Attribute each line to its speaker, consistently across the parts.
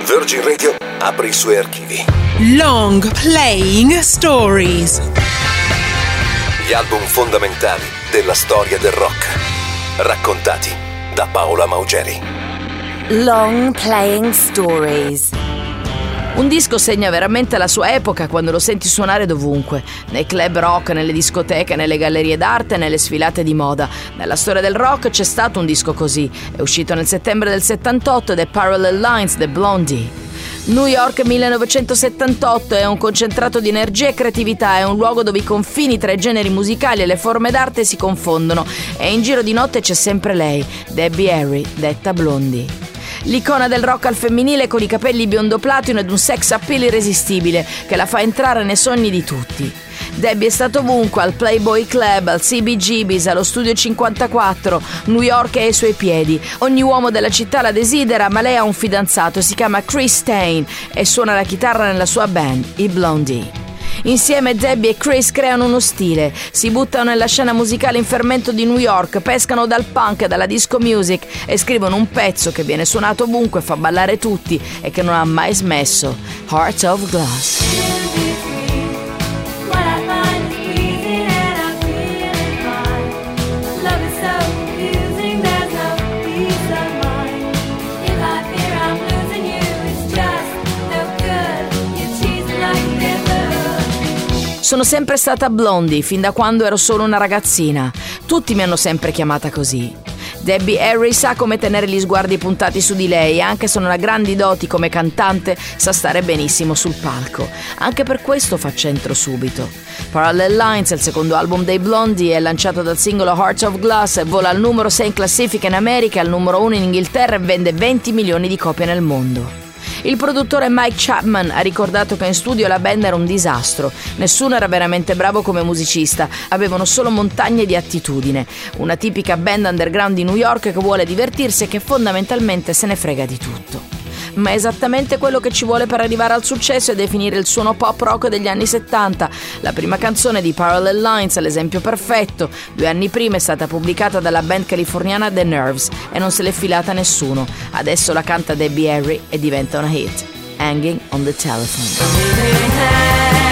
Speaker 1: Virgin Radio apre i suoi archivi.
Speaker 2: Long Playing Stories.
Speaker 1: Gli album fondamentali della storia del rock, raccontati da Paola Maugeri.
Speaker 3: Long Playing Stories. Un disco segna veramente la sua epoca quando lo senti suonare dovunque, nei club rock, nelle discoteche, nelle gallerie d'arte, nelle sfilate di moda. Nella storia del rock c'è stato un disco così. È uscito nel settembre del 78 ed è Parallel Lines The Blondie. New York 1978 è un concentrato di energia e creatività, è un luogo dove i confini tra i generi musicali e le forme d'arte si confondono e in giro di notte c'è sempre lei, Debbie Harry, detta Blondie. L'icona del rock al femminile con i capelli biondo platino ed un sex appeal irresistibile che la fa entrare nei sogni di tutti. Debbie è stato ovunque, al Playboy Club, al CBGB's, allo Studio 54, New York è ai suoi piedi. Ogni uomo della città la desidera, ma lei ha un fidanzato, si chiama Chris Stein e suona la chitarra nella sua band, i Blondie. Insieme Debbie e Chris creano uno stile, si buttano nella scena musicale in fermento di New York, pescano dal punk e dalla disco music e scrivono un pezzo che viene suonato ovunque, fa ballare tutti e che non ha mai smesso, Heart of Glass. Sono sempre stata Blondie, fin da quando ero solo una ragazzina. Tutti mi hanno sempre chiamata così. Debbie Harry sa come tenere gli sguardi puntati su di lei e anche se non ha grandi doti come cantante sa stare benissimo sul palco. Anche per questo fa centro subito. Parallel Lines, il secondo album dei Blondie, è lanciato dal singolo Heart of Glass e vola al numero 6 in classifica in America e al numero 1 in Inghilterra e vende 20 milioni di copie nel mondo. Il produttore Mike Chapman ha ricordato che in studio la band era un disastro. Nessuno era veramente bravo come musicista, avevano solo montagne di attitudine. Una tipica band underground di New York che vuole divertirsi e che fondamentalmente se ne frega di tutto. Ma è esattamente quello che ci vuole per arrivare al successo e definire il suono pop rock degli anni 70. La prima canzone di Parallel Lines è l'esempio perfetto. 2 anni prima è stata pubblicata dalla band californiana The Nerves e non se l'è filata nessuno. Adesso la canta Debbie Harry e diventa una hit. Hanging on the Telephone.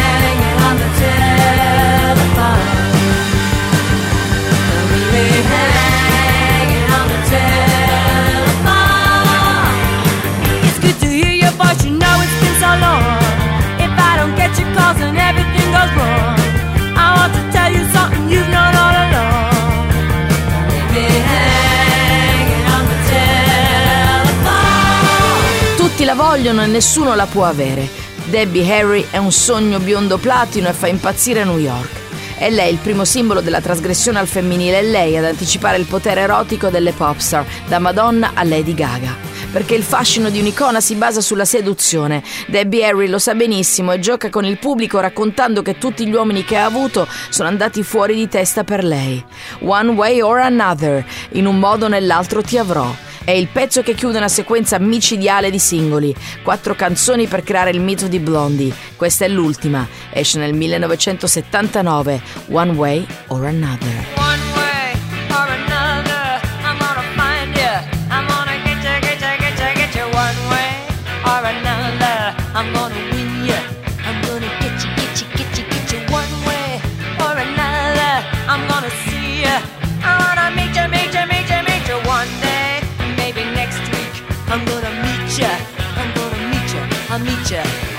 Speaker 4: But you know it's been so long. If I don't get your calls and everything goes wrong, I want to tell you something you've known all along. Maybe hanging on the telephone.
Speaker 3: Tutti la vogliono e nessuno la può avere. Debbie Harry è un sogno biondo platino e fa impazzire New York. È lei il primo simbolo della trasgressione al femminile, è lei ad anticipare il potere erotico delle popstar, da Madonna a Lady Gaga. Perché il fascino di un'icona si basa sulla seduzione. Debbie Harry lo sa benissimo e gioca con il pubblico raccontando che tutti gli uomini che ha avuto sono andati fuori di testa per lei. One way or another, in un modo o nell'altro ti avrò. È il pezzo che chiude una sequenza micidiale di singoli. 4 canzoni per creare il mito di Blondie. Questa è l'ultima. Esce nel 1979. One way or another.
Speaker 4: One way or another, I'm gonna find you. I'm gonna get you. One way or another, I'm gonna win you. I'm gonna get you. One way or another, I'm gonna see you. I wanna meet you. One day, maybe next week, I'm gonna meet you. I'll meet you.